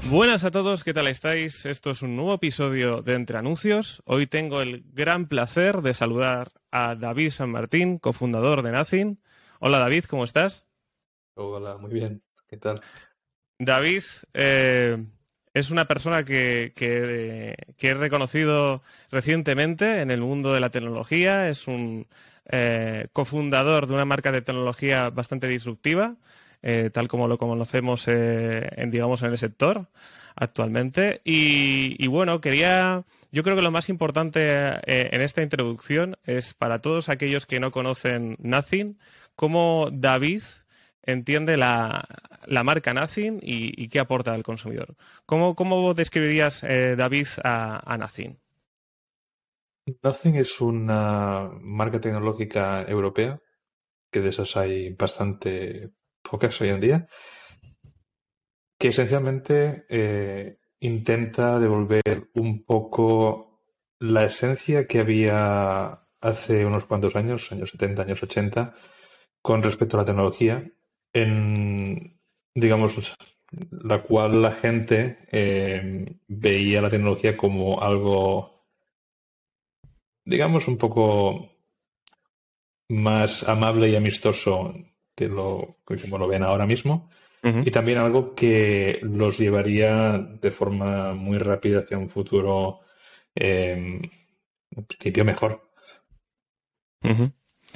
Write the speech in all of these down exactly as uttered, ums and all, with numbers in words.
Buenas a todos, ¿qué tal estáis? Esto es un nuevo episodio de Entre Anuncios. Hoy tengo el gran placer de saludar a David San Martín, cofundador de Nothing. Hola David, ¿cómo estás? Hola, muy bien. ¿Qué tal? David eh, es una persona que, que, que he reconocido recientemente en el mundo de la tecnología. Es un eh, cofundador de una marca de tecnología bastante disruptiva, eh, tal como lo conocemos eh, en, digamos, en el sector actualmente. Y, y bueno, quería, yo creo que lo más importante eh, en esta introducción es para todos aquellos que no conocen Nothing, cómo David entiende la, la marca Nothing y, y qué aporta al consumidor. ¿Cómo, cómo describirías, eh, David, a, a Nothing? Nothing es una marca tecnológica europea, que de esas hay bastante pocas hoy en día, que esencialmente eh, intenta devolver un poco la esencia que había hace unos cuantos años, años setenta, años ochenta, con respecto a la tecnología, en, digamos, la cual la gente eh, veía la tecnología como algo, digamos, un poco más amable y amistoso que lo, que como lo ven ahora mismo, Uh-huh. y también algo que los llevaría de forma muy rápida hacia un futuro, eh, en principio, mejor. Uh-huh.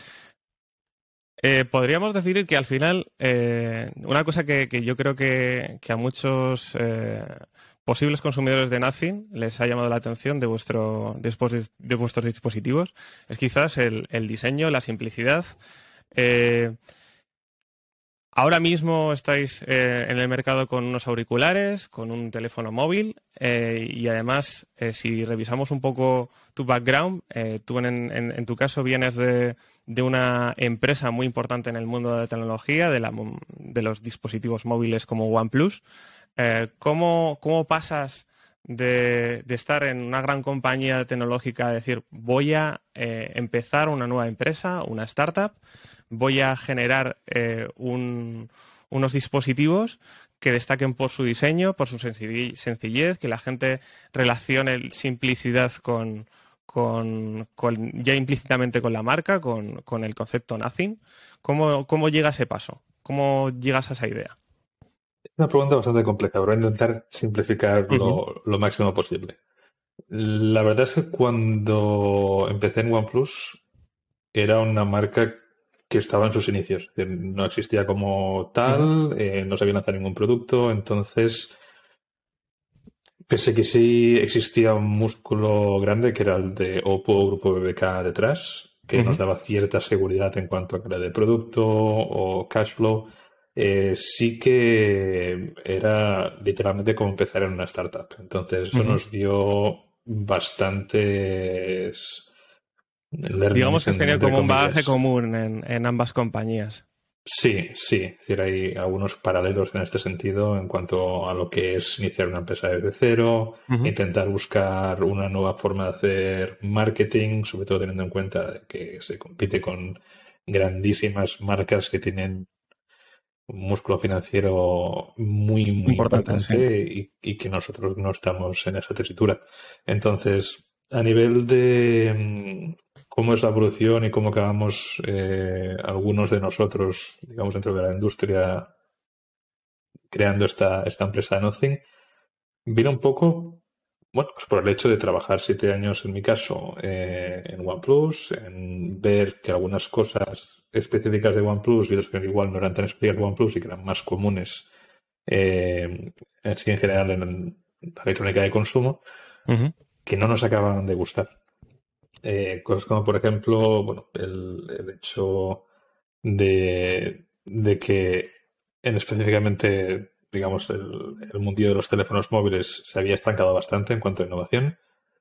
Eh, podríamos decir que al final, eh, una cosa que, que yo creo que, que a muchos eh, posibles consumidores de Nothing les ha llamado la atención de, vuestro, de, de vuestros dispositivos es quizás el, el diseño, la simplicidad. Eh, Ahora mismo estáis eh, en el mercado con unos auriculares, con un teléfono móvil eh, y además, eh, si revisamos un poco tu background, eh, tú en, en, en tu caso vienes de, de una empresa muy importante en el mundo de la tecnología, de, la, de los dispositivos móviles como OnePlus. Eh, ¿cómo, cómo pasas de, de estar en una gran compañía tecnológica a decir voy a eh, empezar una nueva empresa, una startup? Voy a generar eh, un, unos dispositivos que destaquen por su diseño, por su sencillez, que la gente relacione simplicidad con, con, con ya implícitamente con la marca, con, con el concepto Nothing. ¿Cómo, ¿Cómo llega a ese paso? ¿Cómo llegas a esa idea? Es una pregunta bastante compleja, pero voy a intentar simplificar Uh-huh. lo, lo máximo posible. La verdad es que cuando empecé en OnePlus era una marca que estaba en sus inicios. Es decir, no existía como Uh-huh. tal, eh, no se había lanzado ningún producto, entonces pensé que sí existía un músculo grande que era el de Oppo Grupo B B K detrás, que Uh-huh. nos daba cierta seguridad en cuanto a calidad de producto o cash flow. Eh, sí que era literalmente como empezar en una startup. Entonces eso Uh-huh. nos dio bastantes Digamos learnings, que has en- tenido entre como un bagaje comillas. común en, en ambas compañías. Sí, sí. Es decir, hay algunos paralelos en este sentido en cuanto a lo que es iniciar una empresa desde cero, Uh-huh. intentar buscar una nueva forma de hacer marketing, sobre todo teniendo en cuenta que se compite con grandísimas marcas que tienen un músculo financiero muy, muy Importante, sí. importante y, y que nosotros no estamos en esa tesitura. Entonces, a nivel de mm, cómo es la evolución y cómo acabamos eh, algunos de nosotros, digamos, dentro de la industria creando esta, esta empresa Nothing, vino un poco, bueno, pues por el hecho de trabajar siete años, en mi caso, eh, en OnePlus, en ver que algunas cosas específicas de OnePlus y otras que igual no eran tan específicas de OnePlus y que eran más comunes eh, así en general en la electrónica de consumo, Uh-huh. que no nos acaban de gustar. Eh, cosas como, por ejemplo, bueno, el, el hecho de, de que en específicamente, digamos, el, el mundillo de los teléfonos móviles se había estancado bastante en cuanto a innovación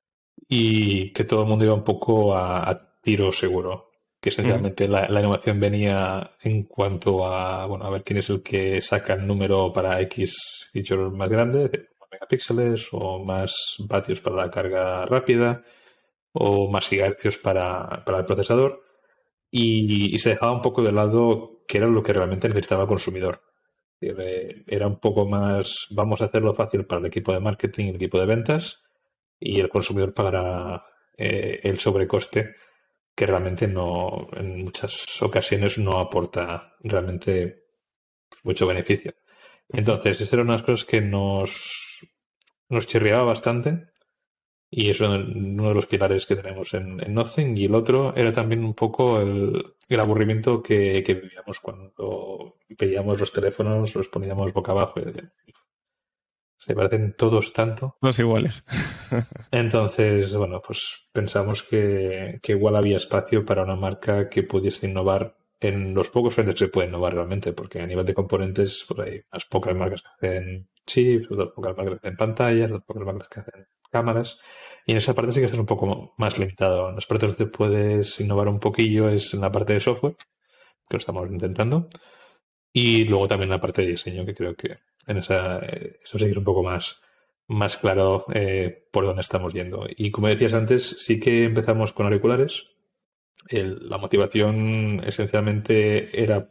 y que todo el mundo iba un poco a, a tiro seguro. Que Uh-huh. esencialmente la, la innovación venía en cuanto a, bueno, a ver quién es el que saca el número para X feature más grande, de megapíxeles o más vatios para la carga rápida o más gigahercios para, para el procesador y, y se dejaba un poco de lado qué era lo que realmente necesitaba el consumidor. Eh, Era un poco más, vamos a hacerlo fácil para el equipo de marketing y el equipo de ventas, y el consumidor pagará eh, el sobrecoste que realmente no, en muchas ocasiones no aporta realmente mucho beneficio. Entonces, eso era unas cosas que nos, nos chirriaba bastante, y es uno de, uno de los pilares que tenemos en, en Nothing. Y el otro era también un poco el, el aburrimiento que, que vivíamos cuando veíamos los teléfonos, los poníamos boca abajo y decíamos, se parecen todos tanto. Todos iguales. Entonces, bueno, pues pensamos que, que igual había espacio para una marca que pudiese innovar en los pocos frentes que se puede innovar realmente, porque a nivel de componentes, pues hay unas pocas marcas que hacen chips, otras pocas marcas que hacen pantallas, otras pocas marcas que hacen cámaras, y en esa parte sí que es un poco más limitado. En las partes donde puedes innovar un poquillo es en la parte de software, que lo estamos intentando, y luego también la parte de diseño, que creo que en esa, eh, eso sí que es un poco más, más claro eh, por dónde estamos yendo. Y como decías antes, sí que empezamos con auriculares. El- la motivación esencialmente era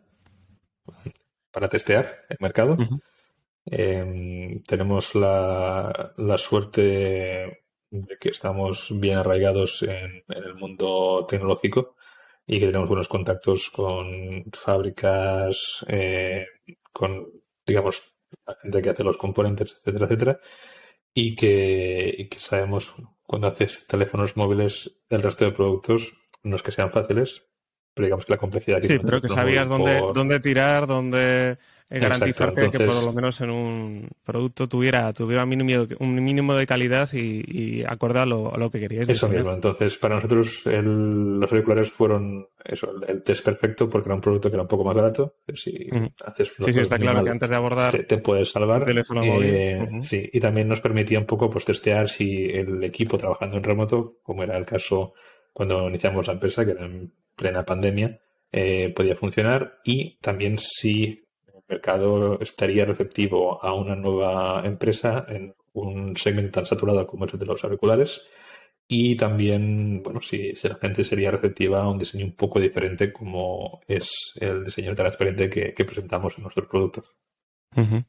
para testear el mercado. Ujú. Eh, tenemos la, la suerte de que estamos bien arraigados en, en el mundo tecnológico y que tenemos buenos contactos con fábricas, eh, con, digamos, la gente que hace los componentes, etcétera, etcétera, y que, y que sabemos cuando haces teléfonos móviles el resto de productos, no es que sean fáciles, pero digamos que la complejidad que Sí, tiene un pero que teléfono sabías móvil dónde, por... dónde tirar, dónde eh, Exacto, garantizarte que por lo entonces menos en un producto tuviera, tuviera un mínimo, de- un mínimo de calidad y, y acorde a lo, a lo que queríais eso diseñar. mismo. Entonces, para nosotros el- los auriculares fueron eso, el, el test perfecto porque era un producto que era un poco más barato. Si Ujú. haces Sí, las sí, cosas está muy claro que mal, antes de te, abordar te puedes un salvar. teléfono móvil. Eh, Ujú. sí, y también nos permitía un poco pues testear si el equipo trabajando en remoto, como era el caso cuando iniciamos la empresa, que era en plena pandemia, eh, podía funcionar, y también si el mercado estaría receptivo a una nueva empresa en un segmento tan saturado como es el de los auriculares, y también, bueno, si, si la gente sería receptiva a un diseño un poco diferente como es el diseño transparente que, que presentamos en nuestros productos. Ujú.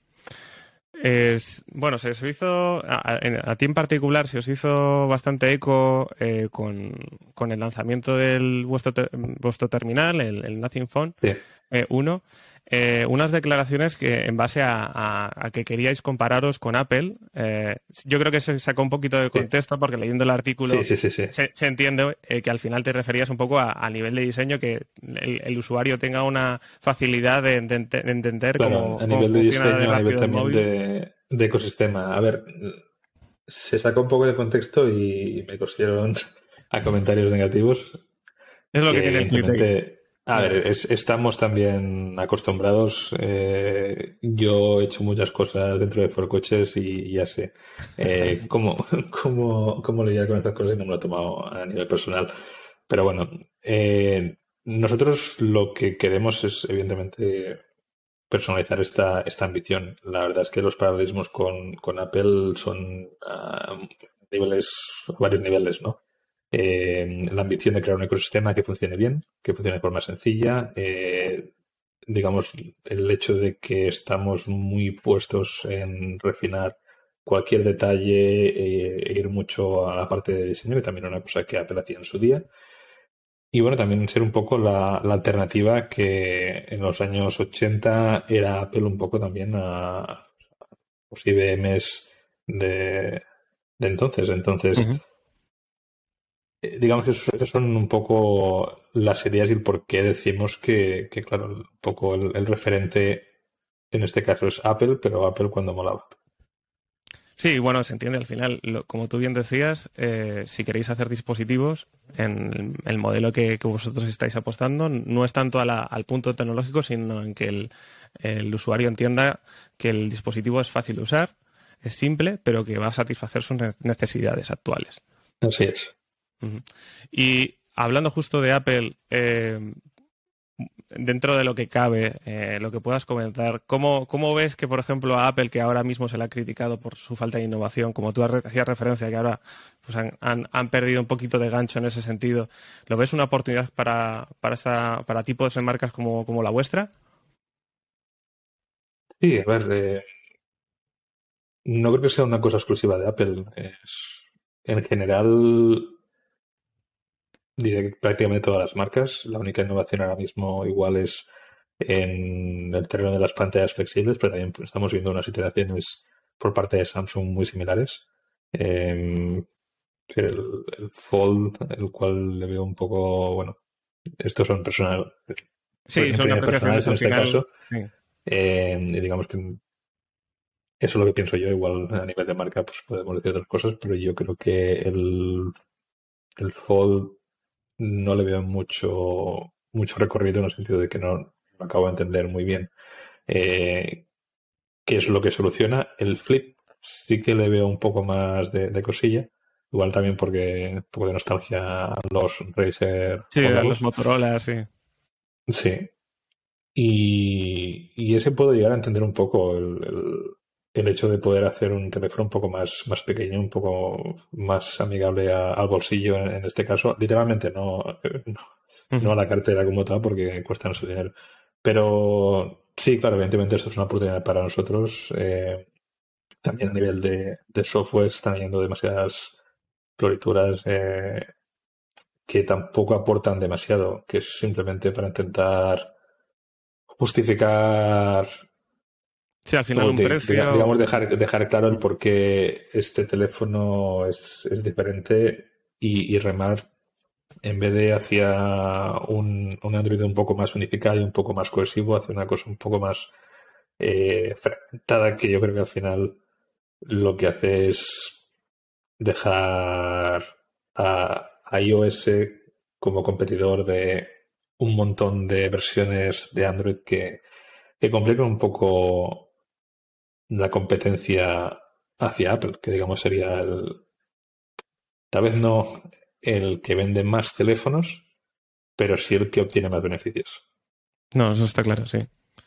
Es, bueno, se os hizo, a, a- en- a ti en particular, se os hizo bastante eco eh, con, con el lanzamiento del vuestro, te- vuestro terminal, el, el Nothing Phone Sí, eh, uno, eh, unas declaraciones que en base a, a- a que queríais compararos con Apple, eh, yo creo que se sacó un poquito de sí, contexto porque leyendo el sí, artículo sí, sí, sí. se, se entiende eh, que al final te referías un poco a, a nivel de diseño, que el, el usuario tenga una facilidad de, de ente- de entender Claro, cómo, a cómo nivel de funciona de diseño, a nivel rápido el también móvil. de, de ecosistema. A ver, se sacó un poco de contexto y me cosieron a comentarios negativos Es lo que que tiene el clickbait. evidentemente, a Ya. ver, es- estamos también acostumbrados. Eh, yo he hecho muchas cosas dentro de Forcoches y ya sé eh, cómo, cómo, cómo lidiar con estas cosas, y no me lo he tomado a nivel personal. Pero bueno, eh, nosotros lo que queremos es evidentemente personalizar esta, esta ambición. La verdad es que los paralelismos con, con Apple son a niveles, varios niveles, ¿no? Eh, la ambición de crear un ecosistema que funcione bien, que funcione de forma sencilla, eh, digamos, el hecho de que estamos muy puestos en refinar cualquier detalle eh, e ir mucho a la parte de diseño, que también era una cosa que Apple hacía en su día. Y bueno, también ser un poco la, la alternativa que en los años ochenta era Apple un poco también a los I B Ms de, de entonces. Entonces, Ujú. eh, digamos que eso- esas son un poco las ideas y el por qué decimos que, que, claro, un poco el, el referente en este caso es Apple, pero Apple cuando molaba. Sí, bueno, se entiende al final. Lo- como tú bien decías, eh, si queréis hacer dispositivos en el, el modelo que, que vosotros estáis apostando, no es tanto a la- al punto tecnológico, sino en que el, el usuario entienda que el dispositivo es fácil de usar, es simple, pero que va a satisfacer sus ne- necesidades actuales. Así es. Ujú. Y hablando justo de Apple, eh, dentro de lo que cabe, eh, lo que puedas comentar, ¿cómo, cómo ves que, por ejemplo, a Apple, que ahora mismo se le ha criticado por su falta de innovación, como tú hacías referencia, que ahora pues, han, han- han perdido un poquito de gancho en ese sentido, ¿lo ves una oportunidad para, para, esa- para tipos de marcas como, como la vuestra? Sí, a ver, eh, no creo que sea una cosa exclusiva de Apple. Es, en general, diré que prácticamente todas las marcas. La única innovación ahora mismo igual es en el terreno de las pantallas flexibles, pero también estamos viendo unas iteraciones por parte de Samsung muy similares. Eh, el, el Fold, el cual le veo un poco, bueno, estos son personal, Sí, son opiniones apreciaciones personales en al este final. caso. Sí. Eh, y digamos que eso es lo que pienso yo. Igual a nivel de marca, pues podemos decir otras cosas, pero yo creo que el, el Fold no le veo mucho, mucho recorrido en el sentido de que no, no acabo de entender muy bien eh, qué es lo que soluciona. El Flip sí que le veo un poco más de, de cosilla. Igual también porque un poco de nostalgia a los Razer Sí, a los modernos. Motorola, sí. Sí. Y, y ese puedo llegar a entender un poco el, el, el hecho de poder hacer un teléfono un poco más, más pequeño, un poco más amigable a- al bolsillo en, en este caso. Literalmente no, no, no Ujú. a la cartera como tal porque cuesta su dinero. Pero sí, claro, evidentemente esto es una oportunidad para nosotros. Eh, también a nivel de, de software están yendo demasiadas florituras eh, que tampoco aportan demasiado, que es simplemente para intentar justificar Sí, al final o un de- diga- precio. digamos un- dejar, dejar claro el Ujú. por qué este teléfono es, es diferente y, y remar en vez de hacia un, un Android un poco más unificado y un poco más cohesivo, hacia una cosa un poco más eh, fragmentada que yo creo que al final lo que hace es dejar a, a iOS como competidor de un montón de versiones de Android que, que complican un poco la competencia hacia Apple, que digamos sería el, tal vez no el que vende más teléfonos, pero sí el que obtiene más beneficios. No, eso está claro, sí.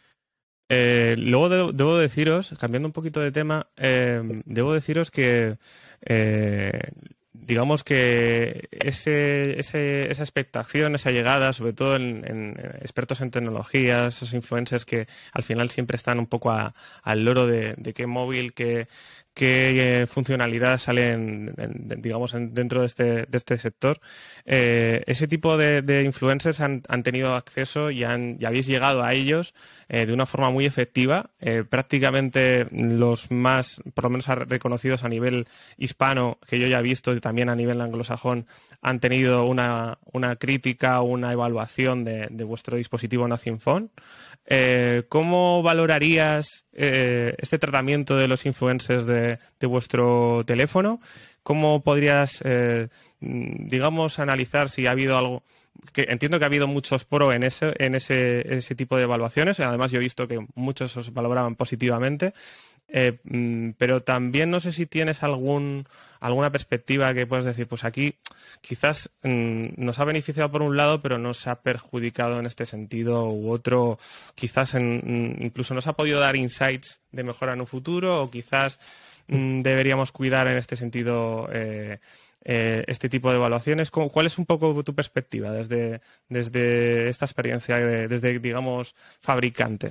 Eh, luego de- debo deciros, cambiando un poquito de tema, eh, debo deciros que eh, digamos que ese, ese- esa expectación, esa llegada, sobre todo en, en expertos en tecnologías, esos influencers que al final siempre están un poco a- al loro de, de qué móvil, qué, qué eh, funcionalidad salen, en- en- digamos, en- dentro de este, de este sector. Eh, ese tipo de, de influencers han, han tenido acceso y, han, y habéis llegado a ellos eh, de una forma muy efectiva. Eh, prácticamente los más, por lo menos reconocidos a nivel hispano, que yo ya he visto, y también a nivel anglosajón, han tenido una, una crítica o una evaluación de, de vuestro dispositivo Nothing Phone. Eh, ¿Cómo valorarías eh, este tratamiento de los influencers de, de vuestro teléfono? ¿Cómo podrías, eh, digamos, analizar si ha habido algo? Que entiendo que ha habido muchos pro en ese, en ese, ese tipo de evaluaciones. Además, yo he visto que muchos os valoraban positivamente. Eh, mm, pero también no sé si tienes algún, alguna perspectiva que puedas decir, pues aquí quizás mm, nos ha beneficiado por un lado, pero nos ha perjudicado en este sentido u otro. Quizás en- mm, incluso nos ha podido dar insights de mejora en un futuro, o quizás mm, deberíamos cuidar en este sentido eh, eh, este tipo de evaluaciones. ¿Cómo- ¿Cuál es un poco tu perspectiva desde, desde esta experiencia, de- desde, digamos, fabricante?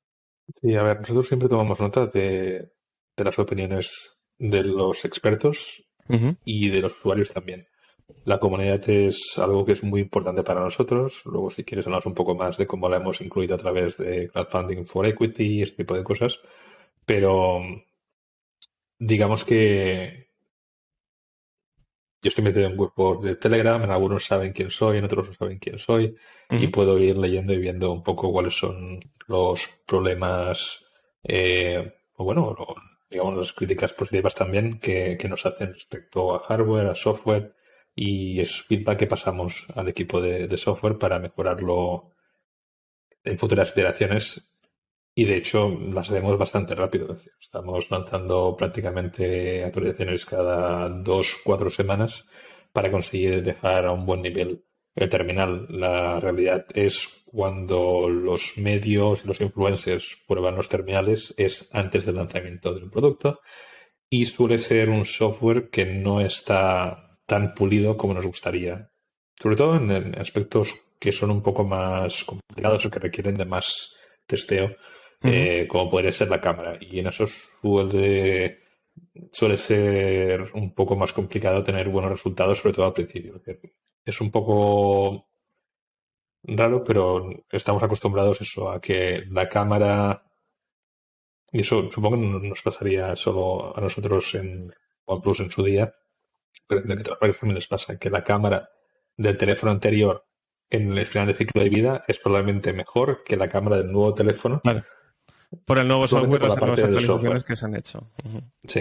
Y a ver, nosotros siempre tomamos nota de, de las opiniones de los expertos Ujú. y de los usuarios también. La comunidad es algo que es muy importante para nosotros. Luego, si quieres, hablamos un poco más de cómo la hemos incluido a través de Crowdfunding for Equity y este tipo de cosas. Pero digamos que yo estoy metido en grupos de Telegram, en algunos saben quién soy, en otros no saben quién soy, y Ujú. puedo ir leyendo y viendo un poco cuáles son los problemas, eh, o bueno, lo- digamos las críticas positivas también que, que nos hacen respecto a hardware, a software, y es feedback que pasamos al equipo de, de software para mejorarlo en futuras iteraciones y de hecho las haremos bastante rápido. Es decir, estamos lanzando prácticamente actualizaciones cada dos, cuatro semanas para conseguir dejar a un buen nivel el terminal. La realidad es cuando los medios y los influencers prueban los terminales es antes del lanzamiento del producto y suele ser un software que no está tan pulido como nos gustaría. Sobre todo en, en aspectos que son un poco más complicados o que requieren de más testeo Ujú. eh, como podría ser la cámara. Y en eso suele, suele ser un poco más complicado tener buenos resultados, sobre todo al principio. Es un poco raro, pero estamos acostumbrados eso, a que la cámara, y eso supongo que no nos pasaría solo a nosotros en OnePlus en su día, pero entiendo que a otras marcas también les pasa, que la cámara del teléfono anterior en el final de ciclo de vida es probablemente mejor que la cámara del nuevo teléfono, Vale. Por el nuevo solamente software, por la las nuevas parte del actualizaciones software. que se han hecho. Ujú. Sí,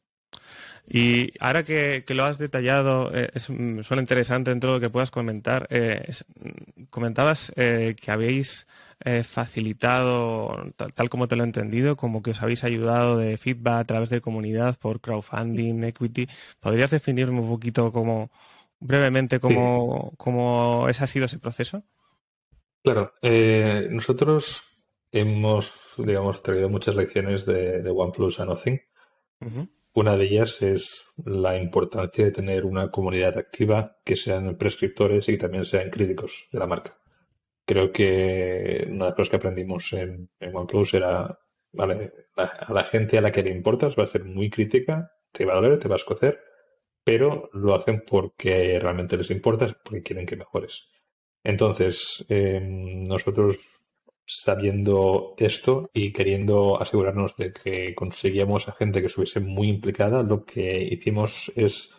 Y ahora que, que lo has detallado, eh, es, mm, suena interesante dentro de lo que puedas comentar. Eh, es- mm, comentabas eh, que habéis eh, facilitado, tal, tal como te lo he entendido, como que os habéis ayudado de feedback a través de comunidad por crowdfunding, equity. ¿Podrías definirme un poquito cómo, brevemente, sí, cómo, cómo ese ha sido ese proceso? claro. Eh, nosotros hemos, digamos, traído muchas lecciones de, de OnePlus a Nothing. Ujú. Una de ellas es la importancia de tener una comunidad activa que sean prescriptores y que también sean críticos de la marca. Creo que una de las cosas que aprendimos en, en OnePlus era, vale, la- a la gente a la que le importas va a ser muy crítica, te va a doler, te va a escocer, pero lo hacen porque realmente les importas, porque quieren que mejores. Entonces, eh, nosotros sabiendo esto y queriendo asegurarnos de que conseguíamos a gente que estuviese muy implicada, lo que hicimos es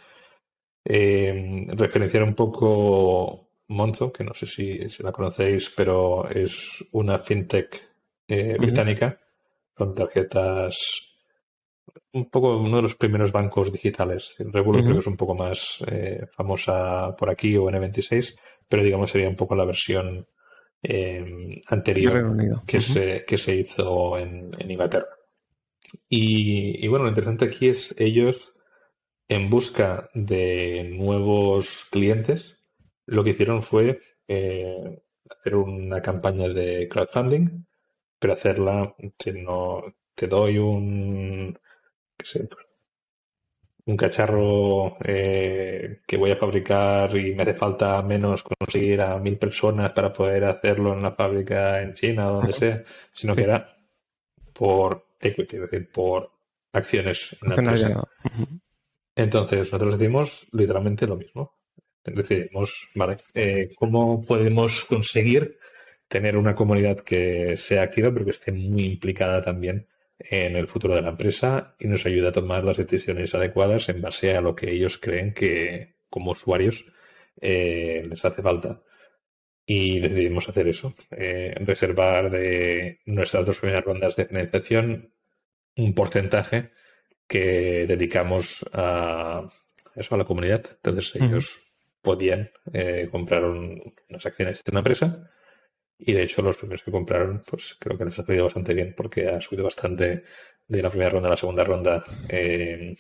eh, referenciar un poco Monzo, que no sé si, si la conocéis, pero es una fintech eh, Ujú. británica con tarjetas, un poco uno de los primeros bancos digitales. Revolut creo que Ujú. es un poco más eh, famosa por aquí o N veintiséis, pero digamos sería un poco la versión eh, De anterior Reino Unido. que Ujú. se, que se hizo en, en Inglaterra. Y, y bueno, lo interesante aquí es ellos en busca de nuevos clientes, lo que hicieron fue eh, hacer una campaña de crowdfunding, pero hacerla, si no te doy un, qué sé, un cacharro eh, que voy a fabricar y me hace falta menos conseguir a mil personas para poder hacerlo en la fábrica en China o donde Ujú. sea, sino que Sí, era por equity, es decir, por acciones en la empresa. escenario. Ujú. Entonces, nosotros decimos literalmente lo mismo. Decidimos, vale, eh, ¿cómo podemos conseguir tener una comunidad que sea activa, pero que esté muy implicada también en el futuro de la empresa y nos ayude a tomar las decisiones adecuadas en base a lo que ellos creen que, como usuarios, eh, les hace falta? Y decidimos hacer eso, eh, reservar de nuestras dos primeras rondas de financiación un porcentaje que dedicamos a eso, a la comunidad. Entonces Ujú. ellos podían eh, comprar un- unas acciones de una empresa y de hecho los primeros que compraron, pues creo que les ha salido bastante bien porque ha subido bastante de la primera ronda a la segunda ronda eh,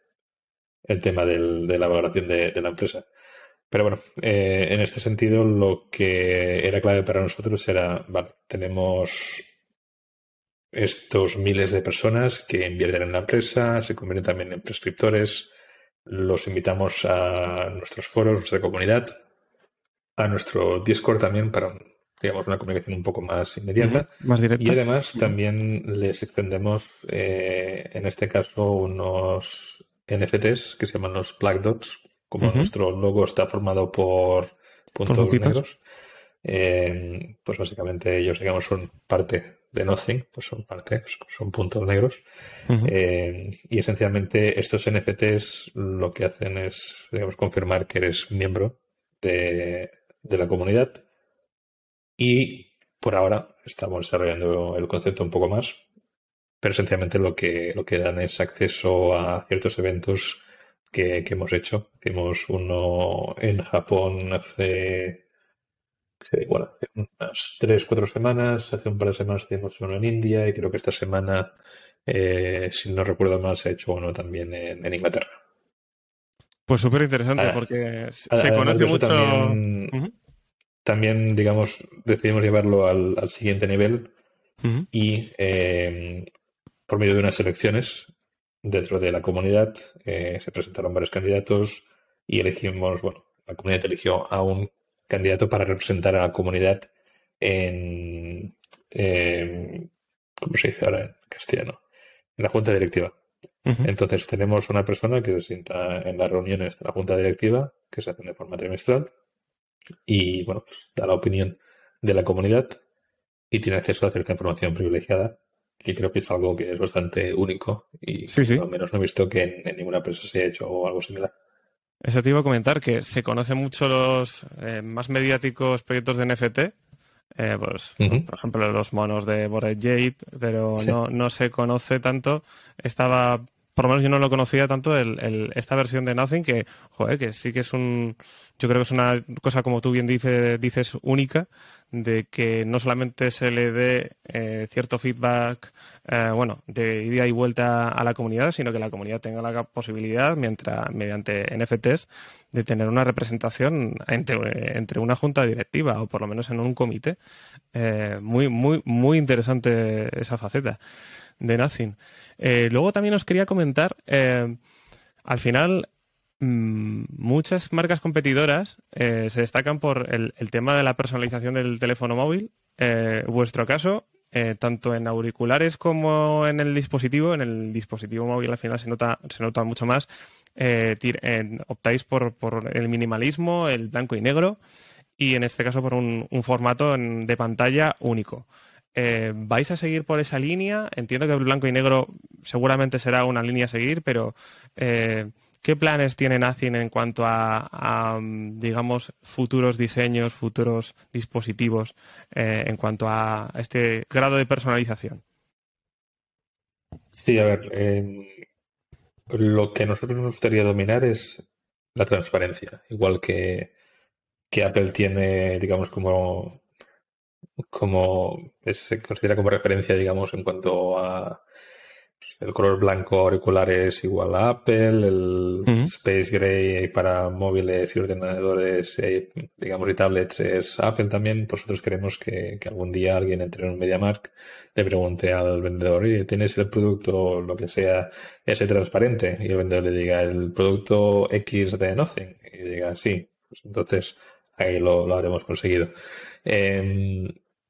el tema del- de la valoración de, de la empresa. Pero bueno, eh, en este sentido lo que era clave para nosotros era, vale, tenemos estos miles de personas que invierten en la empresa, se convierten también en prescriptores. Los invitamos a nuestros foros, nuestra comunidad, a nuestro Discord también para, digamos, una comunicación un poco más Ujú. inmediata. Más Y directa. además Ujú. también les extendemos, eh, en este caso, unos N F Ts que se llaman los Black Dots. Como Ujú. nuestro logo está formado por Por puntos puntitos. negros, eh, pues básicamente ellos, digamos, son parte de Nothing, pues son parte, son puntos negros. Ujú. Eh, y esencialmente estos N F Ts lo que hacen es, digamos, confirmar que eres miembro de, de la comunidad y por ahora estamos desarrollando el concepto un poco más, pero esencialmente lo que, lo que dan es acceso a ciertos eventos que, que hemos hecho. Hicimos uno en Japón hace sí, bueno, hace unas tres, cuatro semanas. Hace un par de semanas hicimos uno en India y creo que esta semana, eh, si no recuerdo mal, se ha hecho uno también en, en Inglaterra. Pues súper interesante A- porque s- a- se Además conoce de eso, mucho. también, Ujú. también digamos, decidimos llevarlo al, al siguiente nivel Ujú. y eh, por medio de unas elecciones dentro de la comunidad eh, se presentaron varios candidatos y elegimos, bueno, la comunidad eligió a un candidato para representar a la comunidad en, en ¿cómo se dice ahora en castellano? En la junta directiva. Uh-huh. Entonces tenemos una persona que se sienta en las reuniones de la junta directiva, que se hacen de forma trimestral, y bueno, pues, da la opinión de la comunidad y tiene acceso a cierta información privilegiada, que creo que es algo que es bastante único y Sí, que yo sí. al menos no he visto que en, en ninguna empresa se haya hecho algo similar. Eso te iba a comentar, que se conocen mucho los eh, más mediáticos proyectos de N F T, eh, pues, Uh-huh. por ejemplo, los monos de Bored Ape, pero Sí. no, no se conoce tanto. Estaba, por lo menos yo no lo conocía tanto, el, el- esta versión de Nothing, que, joder, que sí que es un, yo creo que es una cosa, como tú bien dice- dices, única, de que no solamente se le dé eh, cierto feedback, eh, bueno, de ida y vuelta a la comunidad, sino que la comunidad tenga la posibilidad, mientras, mediante N F Ts, de tener una representación entre, entre una junta directiva o por lo menos en un comité. Eh, muy, muy, muy interesante esa faceta de Nothing. Eh, luego también os quería comentar, eh, al final, mmm, muchas marcas competidoras eh, se destacan por el, el tema de la personalización del teléfono móvil. Eh, vuestro caso, eh, tanto en auriculares como en el dispositivo, en el dispositivo móvil al final se nota, se nota mucho más. Eh, tir- en- optáis por, por el minimalismo, el blanco y negro, y en este caso por un, un formato en- de pantalla único. Eh, ¿vais a seguir por esa línea? Entiendo que el blanco y negro seguramente será una línea a seguir, pero eh, ¿qué planes tiene Nothing en cuanto a, a, mm, digamos, futuros diseños, futuros dispositivos, eh, en cuanto a este grado de personalización? Sí, a ver, eh, lo que a nosotros nos gustaría dominar es la transparencia, igual que, que Apple tiene, digamos, como, como es- se considera como referencia, digamos, en cuanto a el color blanco auriculares igual a Apple, el Ujú. Space Gray para móviles y ordenadores, eh, digamos, y tablets es Apple también. Nosotros queremos que, que algún día alguien entre en un MediaMarkt, le pregunte al vendedor, oye, ¿tienes el producto, lo que sea, ese transparente? Y el vendedor le diga, ¿el producto X de Nothing? Y diga, sí. Pues entonces ahí lo, lo habremos conseguido. Em,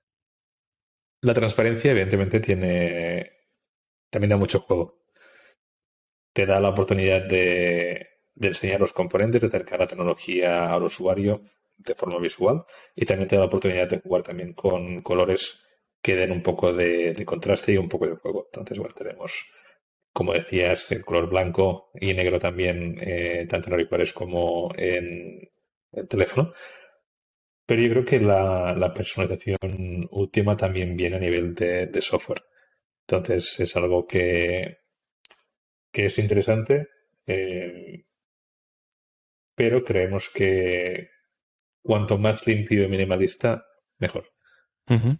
la transparencia, evidentemente, tiene, también da mucho juego. Te da la oportunidad de, de enseñar los componentes, de acercar la tecnología al usuario de forma visual y también te da la oportunidad de jugar también con colores que den un poco de, de contraste y un poco de juego. Entonces, bueno, tenemos, como decías, el color blanco y negro también, eh, tanto en auriculares como en el teléfono. Pero yo creo que la, la personalización última también viene a nivel de, de software. Entonces, es algo que, que es interesante. eh, pero creemos que cuanto más limpio y minimalista, mejor. Ujú.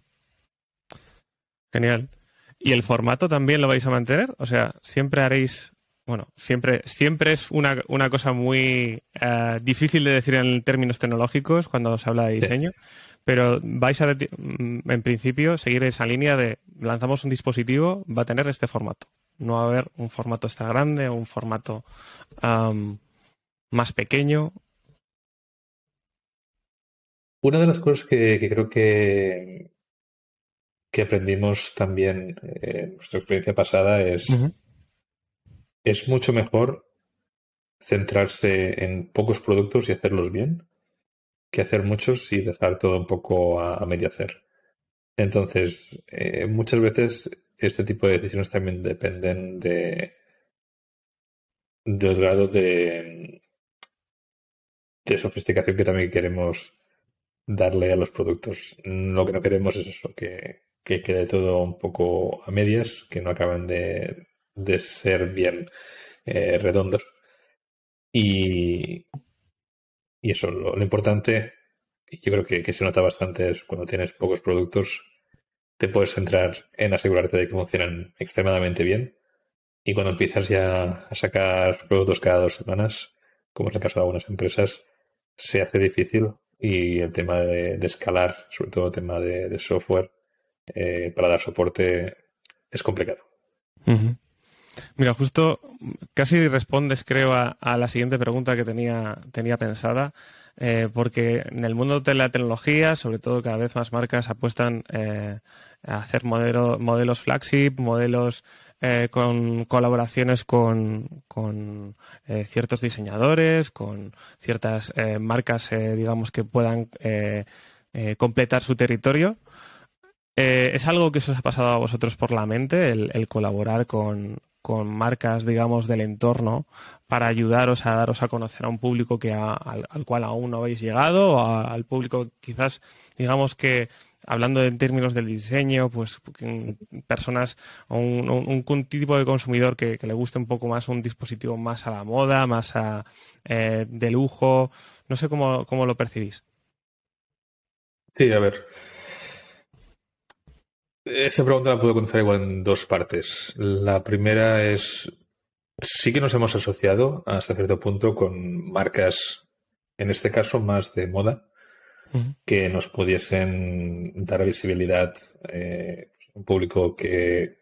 Genial. ¿Y el formato también lo vais a mantener? O sea, siempre haréis, bueno, siempre, siempre es una, una cosa muy eh, difícil de decir en términos tecnológicos cuando se habla de Sí. diseño, pero vais a, de- mm, en principio, seguir esa línea de lanzamos un dispositivo, va a tener este formato. No va a haber un formato extra grande o un formato am, más pequeño. Una de las cosas que, que creo que, que aprendimos también eh, en nuestra experiencia pasada es, Ujú. es mucho mejor centrarse en pocos productos y hacerlos bien que hacer muchos y dejar todo un poco a, a medio hacer. Entonces, eh, muchas veces este tipo de decisiones también dependen de, del grado de, de sofisticación que también queremos darle a los productos. Lo que no queremos es eso, que, que quede todo un poco a medias, que no acaben de, de ser bien eh, redondos. Y, y eso, lo, lo importante, y yo creo que, que se nota bastante, es cuando tienes pocos productos, te puedes centrar en asegurarte de que funcionan extremadamente bien. Y cuando empiezas ya a sacar productos cada dos semanas, como es el caso de algunas empresas, se hace difícil y el tema de, de escalar, sobre todo el tema de, de software, eh, para dar soporte es complicado. Ujú. Mira, justo casi respondes, creo, a, a la siguiente pregunta que tenía, tenía pensada. eh, porque en el mundo de la tecnología, sobre todo cada vez más marcas apuestan eh, a hacer modelo- modelos flagship, modelos eh, con colaboraciones con, con eh, ciertos diseñadores, con ciertas eh, marcas, eh, digamos, que puedan eh, eh, completar su territorio. Eh, ¿es algo que os ha pasado a vosotros por la mente, el, el colaborar con, con marcas, digamos, del entorno para ayudaros a daros a conocer a un público que a- al, al cual aún no habéis llegado, o a- al público quizás, digamos que, hablando en términos del diseño, pues que, personas o un, un- un tipo de consumidor que, que le guste un poco más un dispositivo más a la moda, más a, eh, de lujo? No sé cómo, cómo lo percibís. Sí, a ver. Esta pregunta la puedo contestar igual en dos partes. La primera es, sí que nos hemos asociado hasta cierto punto con marcas, en este caso más de moda, Ujú. que nos pudiesen dar visibilidad, eh, un público que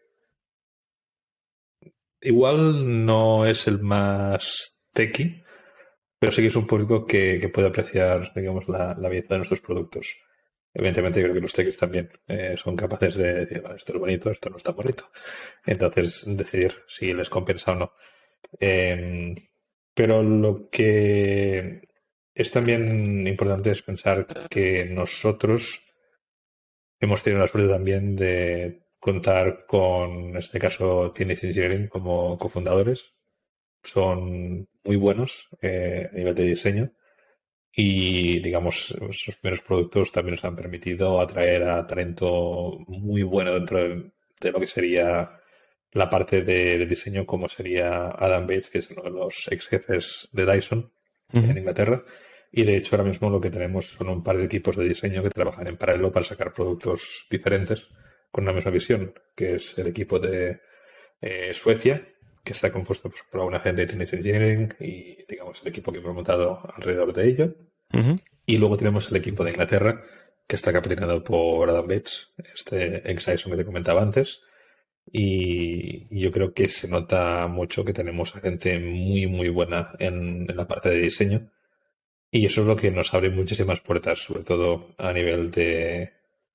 igual no es el más techy, pero sí que es un público que, que puede apreciar, digamos, la, la belleza de nuestros productos. Evidentemente, yo creo que los techs también eh, son capaces de decir, "Vale, esto es bonito, esto no está bonito". Entonces, decidir si les compensa o no. Eh, pero lo que es también importante es pensar que nosotros hemos tenido la suerte también de contar con, en este caso, Teenage Engineering como cofundadores. Son muy buenos eh, a nivel de diseño y, digamos, sus primeros productos también nos han permitido atraer a talento muy bueno dentro de, de lo que sería la parte de, de diseño, como sería Adam Bates, que es uno de los ex jefes de Dyson en Ujú. Inglaterra. Y de hecho, ahora mismo lo que tenemos son un par de equipos de diseño que trabajan en paralelo para sacar productos diferentes con una misma visión, que es el equipo de eh, Suecia, que está compuesto pues, por una gente de Teenage Engineering y, digamos, el equipo que hemos montado alrededor de ello. Ujú. Y luego tenemos el equipo de Inglaterra, que está capitaneado por Adam Bates, este ex Dyson que te comentaba antes. Y yo creo que se nota mucho que tenemos a gente muy, muy buena en, en la parte de diseño. Y eso es lo que nos abre muchísimas puertas, sobre todo a nivel de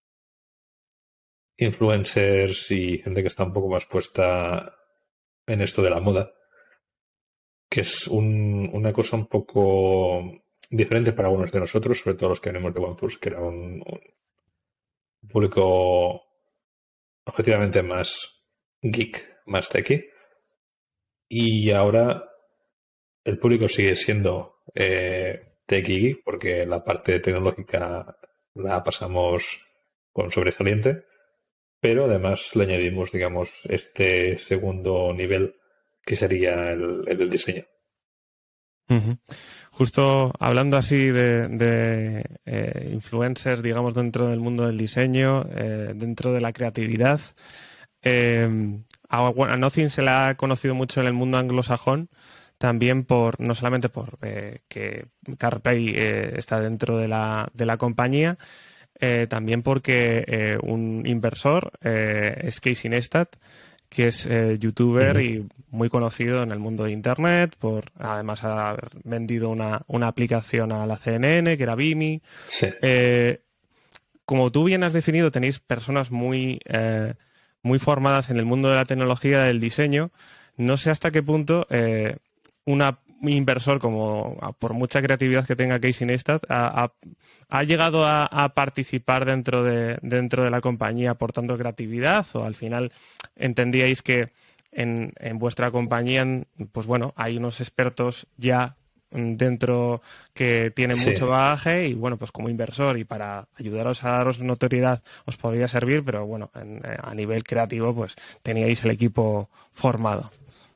influencers y gente que está un poco más puesta en esto de la moda, que es un- una cosa un poco diferente para algunos de nosotros, sobre todo los que venimos de OnePlus, que era un, un público objetivamente más geek, más techy. Y ahora el público sigue siendo eh, techy geek, porque la parte tecnológica la pasamos con sobresaliente, pero además le añadimos, digamos, este segundo nivel que sería el, el del diseño. Ujú. Justo hablando así de, de, eh, influencers, digamos, dentro del mundo del diseño, eh, dentro de la creatividad, eh, a, bueno, a Nothing se le ha conocido mucho en el mundo anglosajón, también por, no solamente por eh, que CarPlay eh, está dentro de la, de la compañía, eh, también porque eh, un inversor eh, es Casey Neistat, que es eh, youtuber Ujú. y muy conocido en el mundo de internet, por además haber vendido una, una aplicación a la C N N, que era Vimeo. Sí. Eh, como tú bien has definido, tenéis personas muy, eh, muy formadas en el mundo de la tecnología, del diseño. No sé hasta qué punto eh, una, un inversor, como a- por mucha creatividad que tenga Casey Neistat, ha, ha- ha llegado a, a participar dentro de, dentro de la compañía aportando creatividad, o al final entendíais que en, en vuestra compañía, pues bueno, hay unos expertos ya dentro que tienen Sí. mucho bagaje y bueno, pues como inversor y para ayudaros a daros notoriedad os podría servir, pero bueno, en- eh, a nivel creativo pues teníais el equipo formado.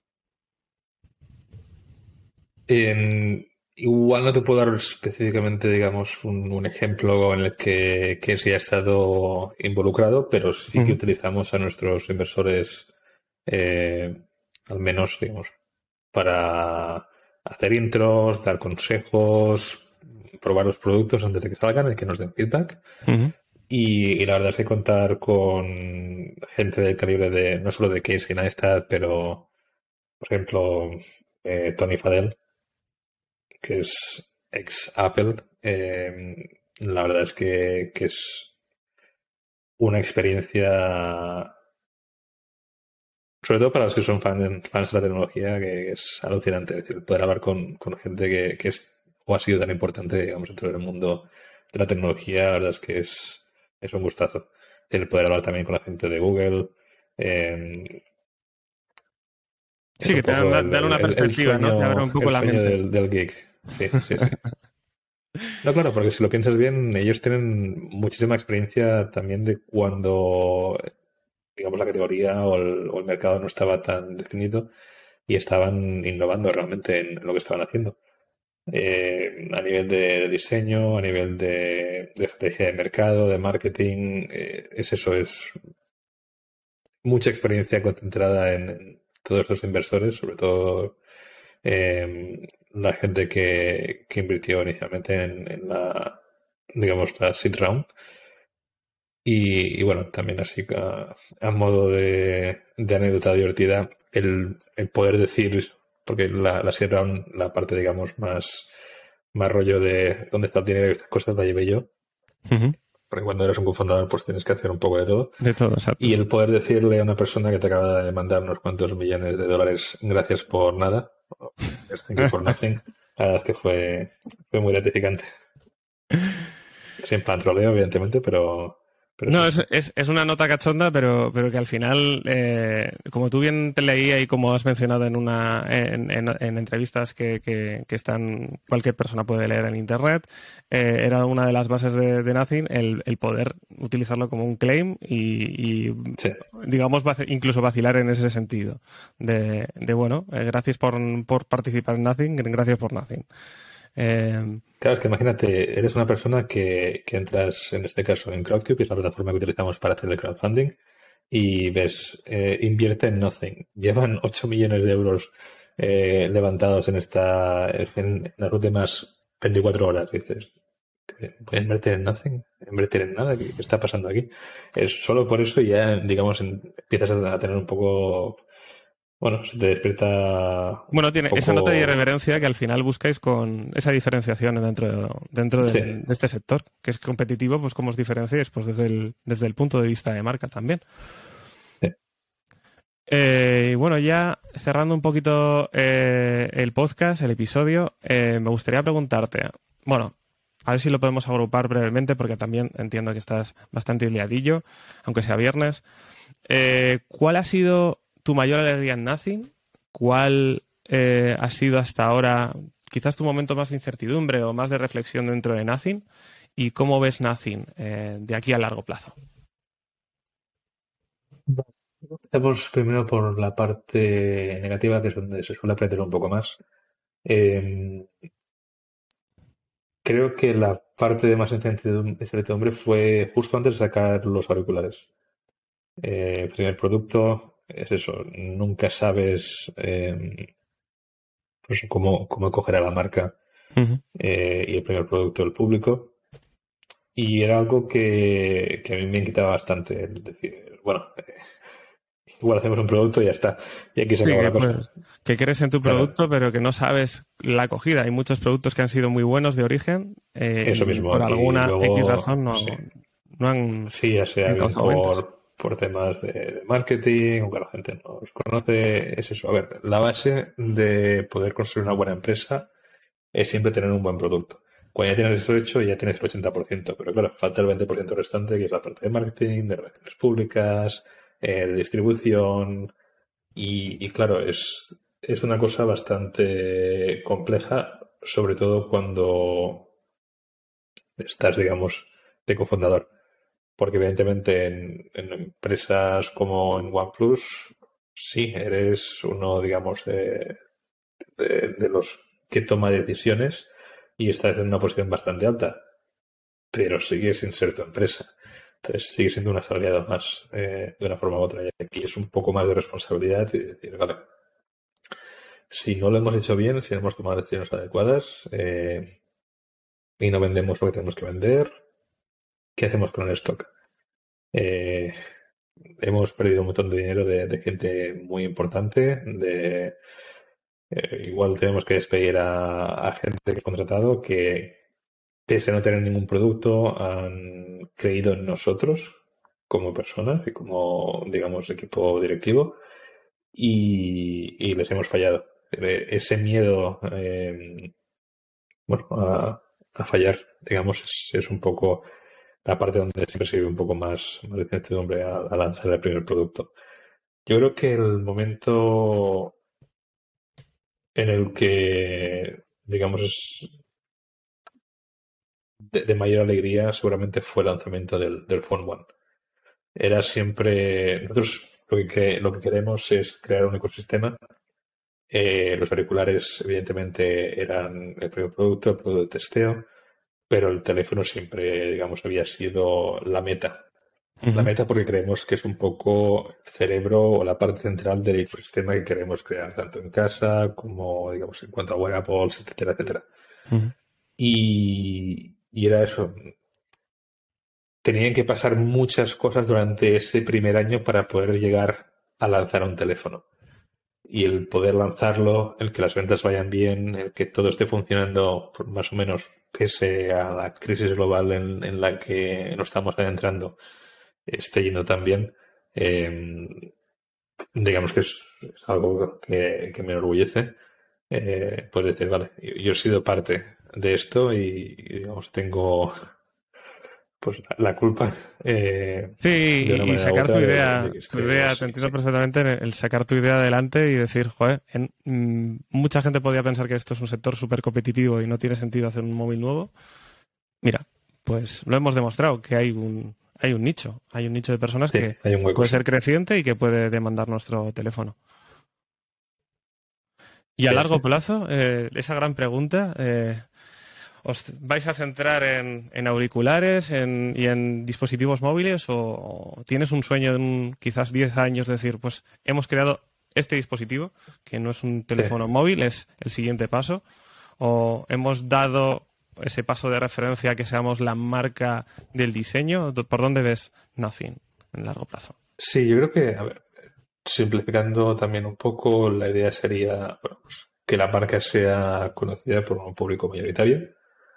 En- igual no te puedo dar específicamente, digamos, un, un ejemplo en el que, que sí ha estado involucrado, pero sí que Ujú. utilizamos a nuestros inversores, eh, al menos, digamos, para hacer intros, dar consejos, probar los productos antes de que salgan y que nos den feedback. Ujú. Y, y la verdad es que contar con gente del calibre de, no solo de Casey Neistat, pero, por ejemplo, eh, Tony Fadell, que es ex Apple, eh, la verdad es que, que es una experiencia, sobre todo para los que son fan- fans de la tecnología, que es alucinante. Es decir, poder hablar con, con gente que, que es o ha sido tan importante, digamos, dentro del mundo de la tecnología, la verdad es que es, es un gustazo. El poder hablar también con la gente de Google. eh, es Sí, un que te dan, poco el, dan el- una el- el perspectiva, ¿no? Te abre sueño, un poco el la sueño mente. del, del geek. Sí, sí, sí. No, claro, porque si lo piensas bien, ellos tienen muchísima experiencia también de cuando, digamos, la categoría o el, o el mercado no estaba tan definido y estaban innovando realmente en lo que estaban haciendo. Eh, a nivel de diseño, a nivel de, de estrategia de mercado, de marketing, eh, es eso, es mucha experiencia concentrada en, en todos estos inversores, sobre todo eh, la gente que, que invirtió inicialmente en, en la, digamos, la seed round. Y, y bueno, también así a, a modo de, de anécdota divertida, el, el poder decir, porque la, la seed round, la parte, digamos, más, más rollo de dónde está el dinero y estas cosas, la llevé yo. Ujú. Porque cuando eres un cofundador, pues tienes que hacer un poco de todo. De todo, exacto. Y el poder decirle a una persona que te acaba de mandar unos cuantos millones de dólares gracias por nada, es thank you for nothing, la verdad es que fue, fue muy gratificante. Sin plan troleo, evidentemente, pero, pero sí, No, sí. es, es, es una nota cachonda, pero, pero que al final, eh, como tú bien te leía y como has mencionado en una en, en- en entrevistas que, que, que están cualquier persona puede leer en internet, eh, era una de las bases de, de Nothing el, el poder utilizarlo como un claim y, y, Sí. digamos, vac- incluso vacilar en ese sentido. De, de bueno, eh, gracias por, por participar en Nothing, gracias por Nothing. Eh, Claro, es que imagínate, eres una persona que, que entras, en este caso, en Crowdcube, que es la plataforma que utilizamos para hacer el crowdfunding, y ves, eh, invierte en Nothing. Llevan ocho millones de euros eh, levantados en esta, en las últimas veinticuatro horas. Y dices, voy a invertir en Nothing, invertir en nada, ¿qué, qué está pasando aquí? Es solo por eso ya, digamos, en- empiezas a tener un poco, bueno, se te despierta Bueno, un tiene esa nota de poco, irreverencia que al final buscáis con esa diferenciación dentro, de, dentro sí, del- de este sector, que es competitivo, pues cómo os diferenciáis, pues desde el, desde el punto de vista de marca también. sí. Eh, y bueno, ya cerrando un poquito eh, el podcast, el episodio, eh, me gustaría preguntarte, bueno, a ver si lo podemos agrupar brevemente, porque también entiendo que estás bastante liadillo, aunque sea viernes. Eh, ¿cuál ha sido tu mayor alegría en Nothing? ¿Cuál eh, ha sido hasta ahora quizás tu momento más de incertidumbre o más de reflexión dentro de Nothing? ¿Y cómo ves Nothing eh, de aquí a largo plazo? Empecemos primero por la parte negativa, que es donde se suele aprender un poco más. Eh, creo que la parte de más incertidum- incertidumbre fue justo antes de sacar los auriculares. Eh, el primer producto es eso, nunca sabes eh, pues cómo, cómo coger a la marca Ujú. eh, y el primer producto del público. Y era algo que, que a mí me inquietaba bastante. Es decir, bueno, eh, igual hacemos un producto y ya está. Y aquí se Sí, acabó que la cosa. pues que crees en tu Claro, producto, pero que no sabes la acogida. Hay muchos productos que han sido muy buenos de origen eh, eso y por mismo. Y alguna X razón luego, sí, no, no han sí, ya sea bien encauzado ventas. por, por temas de, de marketing, o que la gente no los conoce, es eso. A ver, la base de poder construir una buena empresa es siempre tener un buen producto. Cuando ya tienes eso hecho, ya tienes el ochenta por ciento, pero claro, falta el veinte por ciento restante, que es la parte de marketing, de relaciones públicas, eh, de distribución, y, y claro, es, es una cosa bastante compleja, sobre todo cuando estás, digamos, de cofundador. Porque evidentemente en, en empresas como en OnePlus, sí, eres uno, digamos, de, de, de los que toma decisiones y estás en una posición bastante alta, pero sigues sin ser tu empresa. Entonces sigues siendo un asalariado más eh, de una forma u otra. Y aquí es un poco más de responsabilidad y decir, vale, si no lo hemos hecho bien, si no hemos tomado decisiones adecuadas eh, y no vendemos lo que tenemos que vender, ¿qué hacemos con el stock? Eh, hemos perdido un montón de dinero de, de gente muy importante, de Eh, igual tenemos que despedir a, a gente que hemos contratado que, pese a no tener ningún producto, han creído en nosotros como personas y como, digamos, equipo directivo y, y les hemos fallado. Eh, Ese miedo, eh, bueno, a, a fallar, digamos, es, es un poco la parte donde siempre se vive un poco más, más de incertidumbre a, a lanzar el primer producto. Yo creo que el momento en el que, digamos, es de, de mayor alegría seguramente fue el lanzamiento del, del Phone One. Era siempre, nosotros lo que, lo que queremos es crear un ecosistema. Eh, los auriculares, evidentemente, eran el primer producto, el producto de testeo, pero el teléfono siempre, digamos, había sido la meta. La Uh-huh. meta porque creemos que es un poco el cerebro o la parte central del ecosistema que queremos crear, tanto en casa como, digamos, en cuanto a wearables, etcétera, etcétera. Uh-huh. Y, y era eso. Tenían que pasar muchas cosas durante ese primer año para poder llegar a lanzar un teléfono. Y el poder lanzarlo, el que las ventas vayan bien, el que todo esté funcionando más o menos pese a la crisis global en, en la que nos estamos adentrando, esté yendo tan bien, eh, digamos que es, es algo que, que me enorgullece. Eh, pues decir, vale, yo, yo he sido parte de esto y, y, digamos, tengo pues la, la culpa eh, Sí, de una y, y manera u sacar tu otra de, de idea, que tu esté idea, te así, sí. entiendo perfectamente, el sacar tu idea adelante y decir, joder, en- mm, mucha gente podía pensar que esto es un sector súper competitivo y no tiene sentido hacer un móvil nuevo. Mira, pues lo hemos demostrado, que hay un, hay un nicho, hay un nicho de personas Sí, que, hay un que hueco, puede sí. ser creciente y que puede demandar nuestro teléfono. Y a Sí, largo sí. plazo, eh, esa gran pregunta, eh, ¿os vais a centrar en, en auriculares en- y en dispositivos móviles o, o tienes un sueño de un, quizás diez años de decir, pues hemos creado este dispositivo, que no es un Sí. teléfono móvil, es el siguiente paso, o hemos dado ese paso de referencia a que seamos la marca del diseño? ¿Por dónde ves Nothing en largo plazo? Sí, yo creo que, a ver, simplificando también un poco, la idea sería, bueno, pues, que la marca sea conocida por un público mayoritario.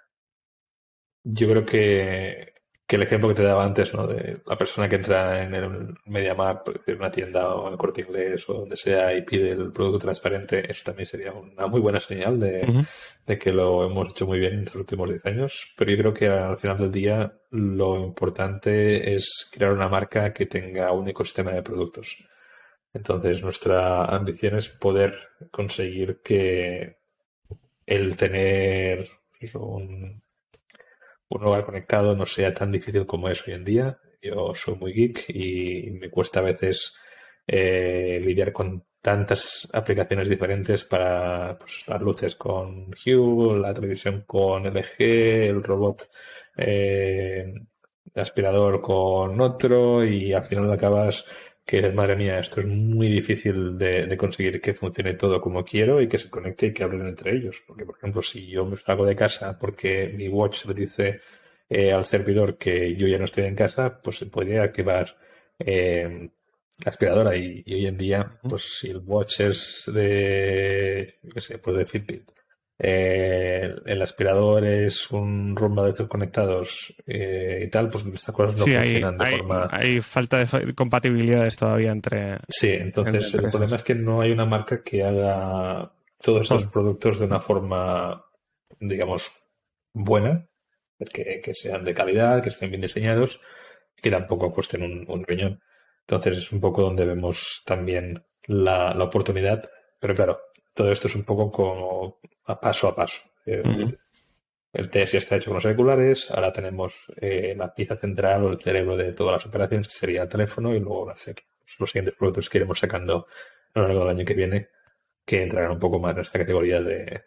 Yo creo que, que el ejemplo que te daba antes, ¿no? De la persona que entra en el MediaMarkt, por decir, una tienda o en el Corte Inglés o donde sea y pide el producto transparente, eso también sería una muy buena señal de, Ujú. de que lo hemos hecho muy bien en los últimos diez años. Pero yo creo que al final del día lo importante es crear una marca que tenga un ecosistema de productos. Entonces, nuestra ambición es poder conseguir que el tener pues, un un hogar conectado no sea tan difícil como es hoy en día. Yo soy muy geek y me cuesta a veces eh, lidiar con tantas aplicaciones diferentes para pues, las luces con Hue, la televisión con L G, el robot eh, aspirador con otro y al final acabas que, madre mía, esto es muy difícil de, de conseguir que funcione todo como quiero y que se conecte y que hablen entre ellos. Porque, por ejemplo, si yo me salgo de casa porque mi watch le dice eh, al servidor que yo ya no estoy en casa, pues se podría activar eh, la aspiradora. Y, y hoy en día, Ujú. pues si el watch es de, yo qué sé, pues de Fitbit, eh, el aspirador es un Roomba de estos conectados eh, y tal, pues estas cosas no Sí, hay, funcionan de hay, forma. hay falta de fa- compatibilidades todavía entre, Sí, entre entonces el problema empresas. es que no hay una marca que haga todos estos Solo. productos de una forma, digamos, buena, que, que sean de calidad, que estén bien diseñados y que tampoco cuesten un, un riñón. Entonces es un poco donde vemos también la, la oportunidad, pero claro, todo esto es un poco como a paso a paso. Ujú. El, el test ya está hecho con los auriculares, ahora tenemos eh, la pieza central o el cerebro de todas las operaciones, que sería el teléfono, y luego hacer los siguientes productos que iremos sacando a lo largo del año que viene, que entrarán un poco más en esta categoría de,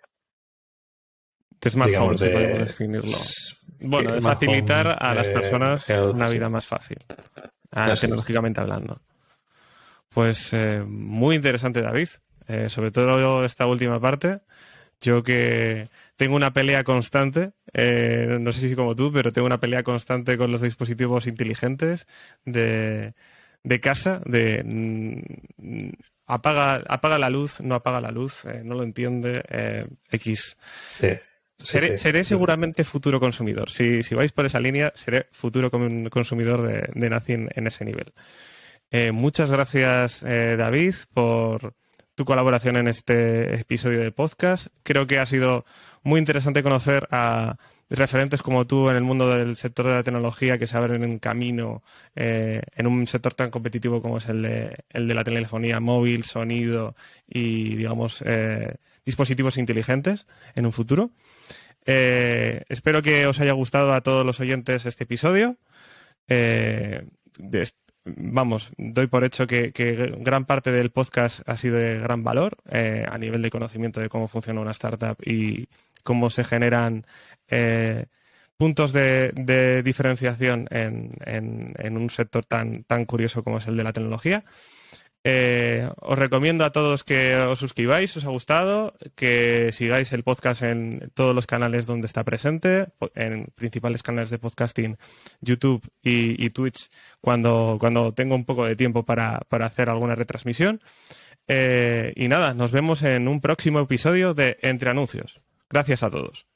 De smartphone, digamos, si podemos de definirlo. s- Bueno, de Smart facilitar Home, a las eh, personas Health, una sí. vida más fácil, ah, Así es. tecnológicamente hablando. Pues eh, muy interesante, David. Eh, sobre todo esta última parte. Yo que tengo una pelea constante, eh, no sé si como tú, pero tengo una pelea constante con los dispositivos inteligentes de, de casa, de mm, apaga, apaga la luz, no apaga la luz, eh, no lo entiende, eh, X. Sí. Sí, seré, sí. seré seguramente futuro consumidor. Si, si vais por esa línea, seré futuro consumidor de, de Nothing en ese nivel. Eh, muchas gracias, eh, David, por tu colaboración en este episodio de podcast. Creo que ha sido muy interesante conocer a referentes como tú en el mundo del sector de la tecnología que se abren un camino eh, en un sector tan competitivo como es el de, el de la telefonía móvil, sonido y, digamos, eh, dispositivos inteligentes en un futuro. Eh, espero que os haya gustado a todos los oyentes este episodio. Eh, de, vamos, doy por hecho que, que gran parte del podcast ha sido de gran valor eh, a nivel de conocimiento de cómo funciona una startup y cómo se generan eh, puntos de, de diferenciación en, en, en un sector tan, tan curioso como es el de la tecnología. Eh, os recomiendo a todos que os suscribáis, si os ha gustado, que sigáis el podcast en todos los canales donde está presente, en principales canales de podcasting, YouTube y, y Twitch, cuando, cuando tengo un poco de tiempo para, para hacer alguna retransmisión. Eh, y nada, nos vemos en un próximo episodio de Entre Anuncios. Gracias a todos.